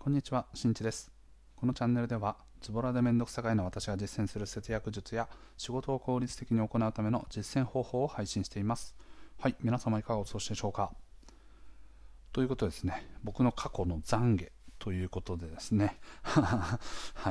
こんにちは、しんいちです。このチャンネルでは、ズボラでめんどくさがいの私が実践する節約術や仕事を効率的に行うための実践方法を配信しています。はい、皆様いかがお過ごしでしょうか。ということでですね、僕の過去の懺悔ということでですね、はい、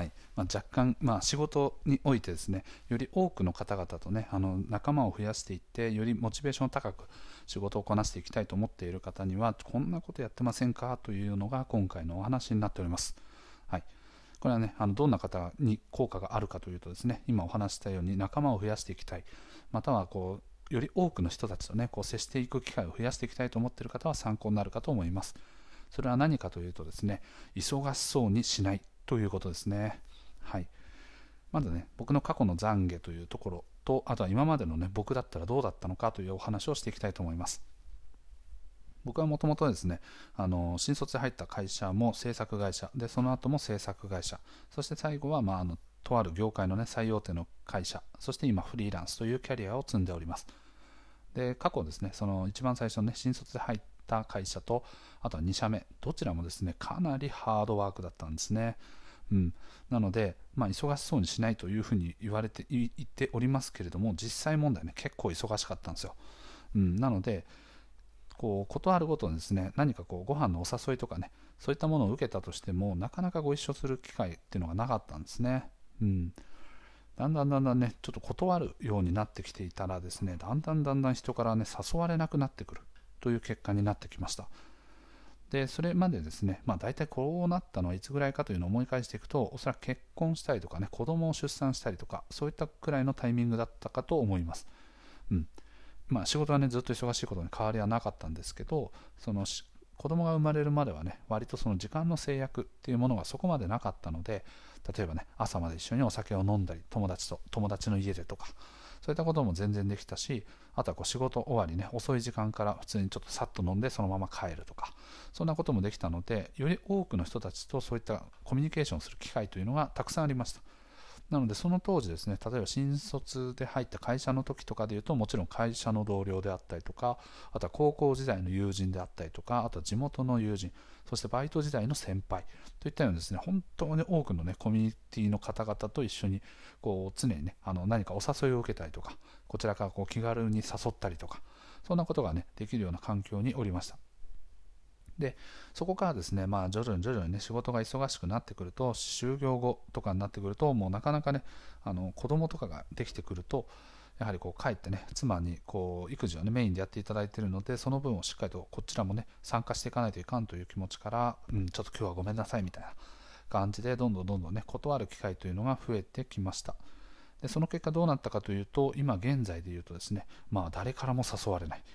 若干、仕事においてですね、より多くの方々とね、仲間を増やしていって、よりモチベーション高く仕事をこなしていきたいと思っている方には、こんなことやってませんかというのが今回のお話になっております。はい、これはね、どんな方に効果があるかというとですね、今お話したように仲間を増やしていきたい、またはより多くの人たちとね、接していく機会を増やしていきたいと思っている方は参考になるかと思います。それは何かというとですね、忙しそうにしないということですね。はい。まずね、僕の過去の懺悔というところと、あとは今までのね、僕だったらどうだったのかというお話をしていきたいと思います。僕はもともとですね、新卒で入った会社も制作会社で、その後も制作会社、そして最後は、とある業界のね、最大手の会社、そして今フリーランスというキャリアを積んでおります。で、過去ですね、その一番最初のね、新卒で入った会社と、あとは2社目、どちらもですね、かなりハードワークだったんですね。なので、忙しそうにしないというふうに言っておりますけれども、実際問題ね、結構忙しかったんですよ。なので、ことあるごとにですね、何かご飯のお誘いとかね、そういったものを受けたとしても、なかなかご一緒する機会っていうのがなかったんですね。だんだんね、ちょっと断るようになってきていたらですね、だんだん人からね、誘われなくなってくるという結果になってきました。で、それまでですね、大体こうなったのはいつぐらいかというのを思い返していくと、おそらく結婚したりとかね、子供を出産したりとか、そういったくらいのタイミングだったかと思います。仕事はね、ずっと忙しいことに変わりはなかったんですけど、子供が生まれるまではね、割とその時間の制約っていうものがそこまでなかったので、例えばね、朝まで一緒にお酒を飲んだり、友達の家でとか、そういったことも全然できたし、あとは仕事終わりね、遅い時間から普通にちょっとさっと飲んでそのまま帰るとか、そんなこともできたので、より多くの人たちとそういったコミュニケーションする機会というのがたくさんありました。なのでその当時ですね、例えば新卒で入った会社の時とかでいうと、もちろん会社の同僚であったりとか、あとは高校時代の友人であったりとか、あとは地元の友人、そしてバイト時代の先輩といったようにですね、本当に多くのね、コミュニティの方々と一緒に常にね、何かお誘いを受けたりとか、こちらから気軽に誘ったりとか、そんなことがね、できるような環境におりました。で、そこからですね、徐々にね、仕事が忙しくなってくると、就業後とかになってくると、もうなかなかね、子供とかができてくると、やはり帰ってね、妻に育児をね、メインでやっていただいているので、その分をしっかりとこちらもね、参加していかないといかんという気持ちから、ちょっと今日はごめんなさいみたいな感じで、どんどんね、断る機会というのが増えてきました。で、その結果どうなったかというと、今現在で言うとですね、誰からも誘われない。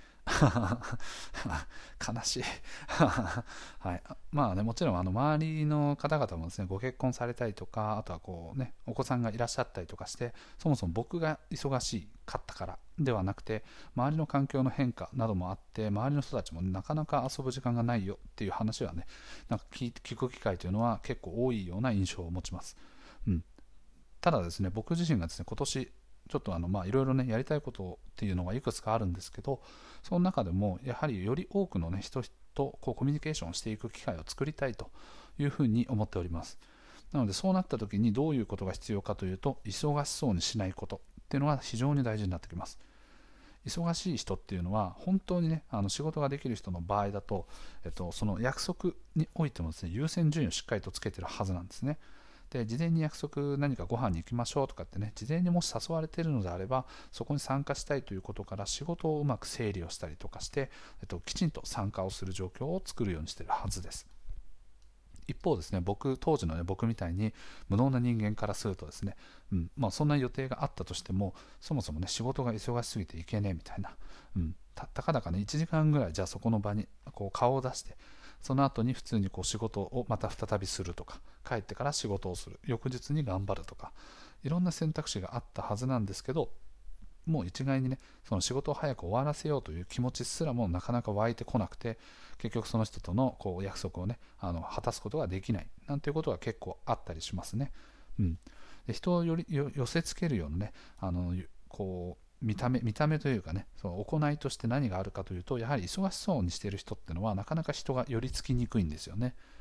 悲しい。はい、もちろん周りの方々もですね、ご結婚されたりとか、あとはお子さんがいらっしゃったりとかして、そもそも僕が忙しかったからではなくて、周りの環境の変化などもあって、周りの人たちもなかなか遊ぶ時間がないよっていう話はね、なんか聞く機会というのは結構多いような印象を持ちます。ただですね、僕自身がですね、今年ちょっといろいろね、やりたいことっていうのがいくつかあるんですけど、その中でもやはりより多くのね、人とコミュニケーションをしていく機会を作りたいというふうに思っております。なのでそうなった時にどういうことが必要かというと、忙しそうにしないことっていうのが非常に大事になってきます。忙しい人っていうのは本当にね、仕事ができる人の場合だと、その約束においてもですね、優先順位をしっかりとつけてるはずなんですね。で、事前に約束何かご飯に行きましょうとかってね、事前にもし誘われているのであれば、そこに参加したいということから仕事をうまく整理をしたりとかして、きちんと参加をする状況を作るようにしているはずです。一方ですね、当時の、ね、僕みたいに無能な人間からするとですね、そんな予定があったとしても、そもそもね、仕事が忙しすぎていけねえみたいな、たかだかね、1時間ぐらいじゃあそこの場に顔を出して、その後に普通に仕事をまた再びするとか、帰ってから仕事をする、翌日に頑張るとか、いろんな選択肢があったはずなんですけど、もう一概にね、その仕事を早く終わらせようという気持ちすらもなかなか湧いてこなくて、結局その人との約束をね、果たすことができないなんていうことが結構あったりしますね。で、人を寄せつけるようなね、見た目というかね、その行いとして何があるかというと、やはり忙しそうにしている人っていうのはなかなか人が寄りつきにくいんですよね。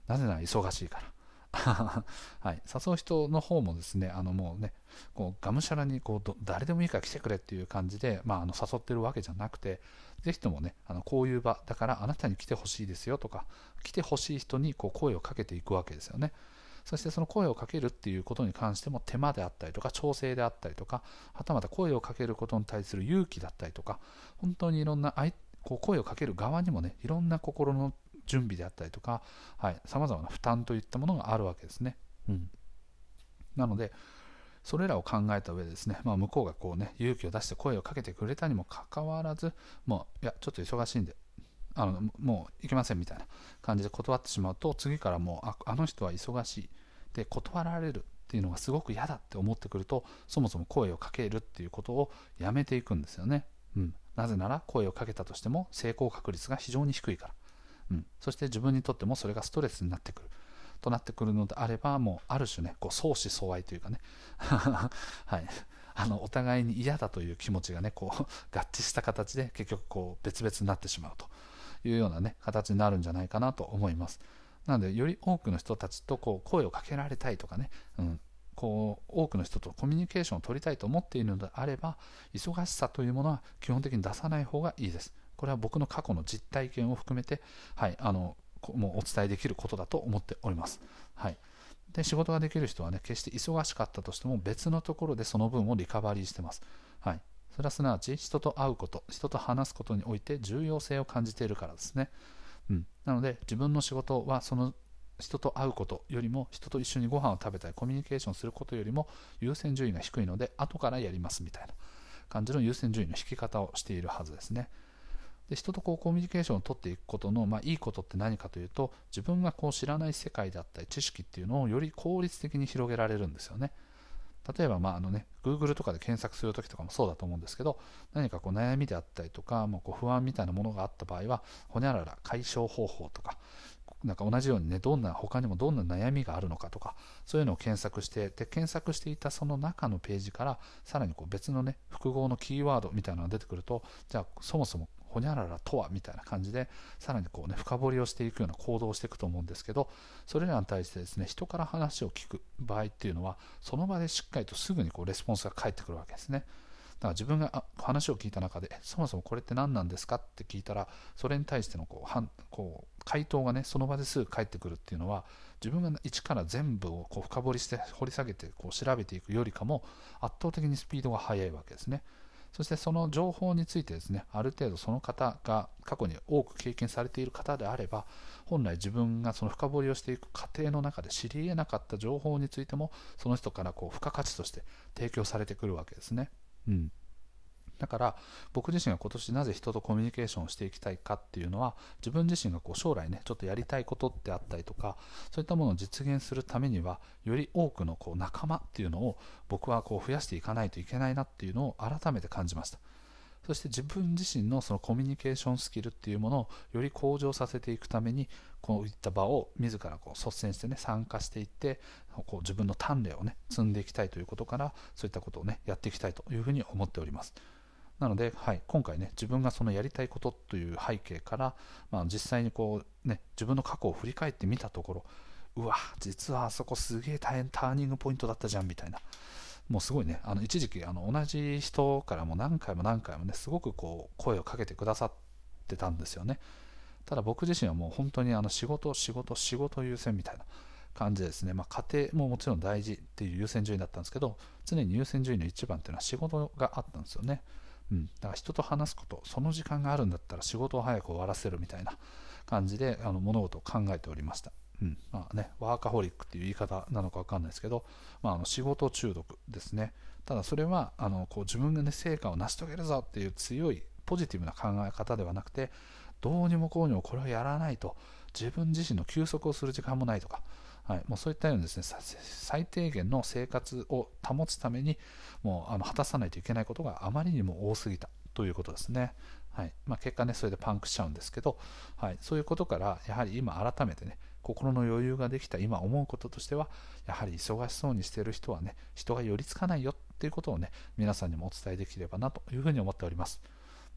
なぜなら忙しいからはい、誘う人の方もですね、もうね、こうがむしゃらに誰でもいいから来てくれっていう感じで、誘ってるわけじゃなくて、ぜひともね、こういう場だからあなたに来てほしいですよとか、来てほしい人に声をかけていくわけですよね。そしてその声をかけるっていうことに関しても手間であったりとか調整であったりとか、はたまた声をかけることに対する勇気だったりとか、本当にいろんな声をかける側にもね、いろんな心の準備であったりとか、さまざまな負担といったものがあるわけですね。なのでそれらを考えた上でですね、向こうが勇気を出して声をかけてくれたにもかかわらず、もういやちょっと忙しいんでもう行けませんみたいな感じで断ってしまうと、次からもうあの人は忙しいで断られるっていうのがすごく嫌だって思ってくると、そもそも声をかけるっていうことをやめていくんですよね。なぜなら声をかけたとしても成功確率が非常に低いから。そして自分にとってもそれがストレスになってくるとなってくるのであれば、もうある種ね、相思相愛というかねはい、お互いに嫌だという気持ちがね、合致した形で結局別々になってしまうというようなね形になるんじゃないかなと思います。なのでより多くの人たちと声をかけられたいとかね、多くの人とコミュニケーションを取りたいと思っているのであれば、忙しさというものは基本的に出さない方がいいです。これは僕の過去の実体験を含めて、もうお伝えできることだと思っております。で仕事ができる人はね、決して忙しかったとしても別のところでその分をリカバリーしてます。それはすなわち人と会うこと、人と話すことにおいて重要性を感じているからですね。なので自分の仕事はその人と会うことよりも、人と一緒にご飯を食べたりコミュニケーションすることよりも優先順位が低いので後からやりますみたいな感じの優先順位の引き方をしているはずですね。で人とコミュニケーションを取っていくことの、いいことって何かというと、自分が知らない世界だったり知識っていうのをより効率的に広げられるんですよね。例えばGoogle とかで検索するときとかもそうだと思うんですけど、何か悩みであったりとか、不安みたいなものがあった場合は、ほにゃらら解消方法とか、同じようにね、他にもどんな悩みがあるのかとか、そういうのを検索して、で検索していたその中のページからさらに別のね複合のキーワードみたいなのが出てくると、じゃあそもそもほにゃららとはみたいな感じでさらに深掘りをしていくような行動をしていくと思うんですけど、それらに対してですね、人から話を聞く場合っていうのは、その場でしっかりとすぐにレスポンスが返ってくるわけですね。だから自分が話を聞いた中で、そもそもこれって何なんですかって聞いたら、それに対しての回答がね、その場ですぐ返ってくるっていうのは、自分が一から全部を深掘りして掘り下げて調べていくよりかも圧倒的にスピードが速いわけですね。そしてその情報についてですね、ある程度その方が過去に多く経験されている方であれば、本来自分がその深掘りをしていく過程の中で知り得なかった情報についても、その人から付加価値として提供されてくるわけですね。だから僕自身が今年なぜ人とコミュニケーションをしていきたいかっていうのは、自分自身が将来ねちょっとやりたいことってあったりとか、そういったものを実現するためには、より多くの仲間っていうのを僕は増やしていかないといけないなっていうのを改めて感じました。そして自分自身のそのコミュニケーションスキルっていうものをより向上させていくために、こういった場を自ら率先してね参加していって、自分の鍛錬をね積んでいきたいということから、そういったことをねやっていきたいというふうに思っております。なので、今回ね、自分がそのやりたいことという背景から、実際に自分の過去を振り返ってみたところ、うわ実はあそこすげえターニングポイントだったじゃんみたいな、もうすごいね、一時期同じ人からも何回も何回もねすごく声をかけてくださってたんですよね。ただ僕自身はもう本当に仕事優先みたいな感じでですね、家庭ももちろん大事っていう優先順位だったんですけど、常に優先順位の一番っていうのは仕事があったんですよね。だから人と話すこと、その時間があるんだったら仕事を早く終わらせるみたいな感じで物事を考えておりました。ワーカホリックっていう言い方なのか分かんないですけど、仕事中毒ですね。ただそれは自分が、成果を成し遂げるぞっていう強いポジティブな考え方ではなくて、どうにもこうにもこれをやらないと自分自身の休息をする時間もないとか、もうそういったようにですね、最低限の生活を保つためにもう果たさないといけないことがあまりにも多すぎたということですね。結果ねそれでパンクしちゃうんですけど、そういうことからやはり今改めてね心の余裕ができた今思うこととしては、やはり忙しそうにしている人はね人が寄りつかないよっていうことをね皆さんにもお伝えできればなというふうに思っております。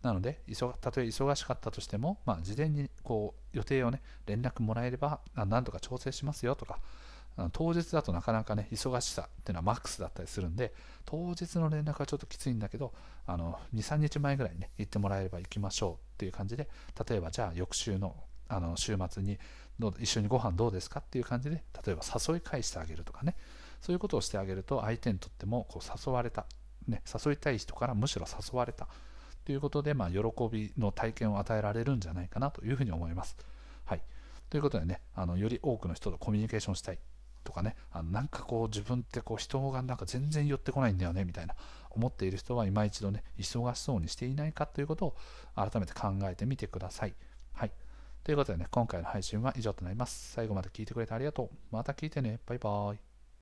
なのでたとえ忙しかったとしても、事前にこう予定をね連絡もらえればなんとか調整しますよとか、当日だとなかなかね忙しさっていうのはマックスだったりするんで、当日の連絡はちょっときついんだけど2、3日前ぐらいにね言ってもらえれば行きましょうっていう感じで、例えばじゃあ翌週の週末に一緒にご飯どうですかっていう感じで、例えば誘い返してあげるとかね、そういうことをしてあげると相手にとってもこう誘われた、誘いたい人からむしろ誘われたということで、喜びの体験を与えられるんじゃないかなというふうに思います。はい、ということでね、より多くの人とコミュニケーションしたいとかね、なんかこう自分ってこう人がなんか全然寄ってこないんだよねみたいな思っている人は今一度ね忙しそうにしていないかということを改めて考えてみてください。はい、ということでね、今回の配信は以上となります。最後まで聞いてくれてありがとう。また聞いてね。バイバイ。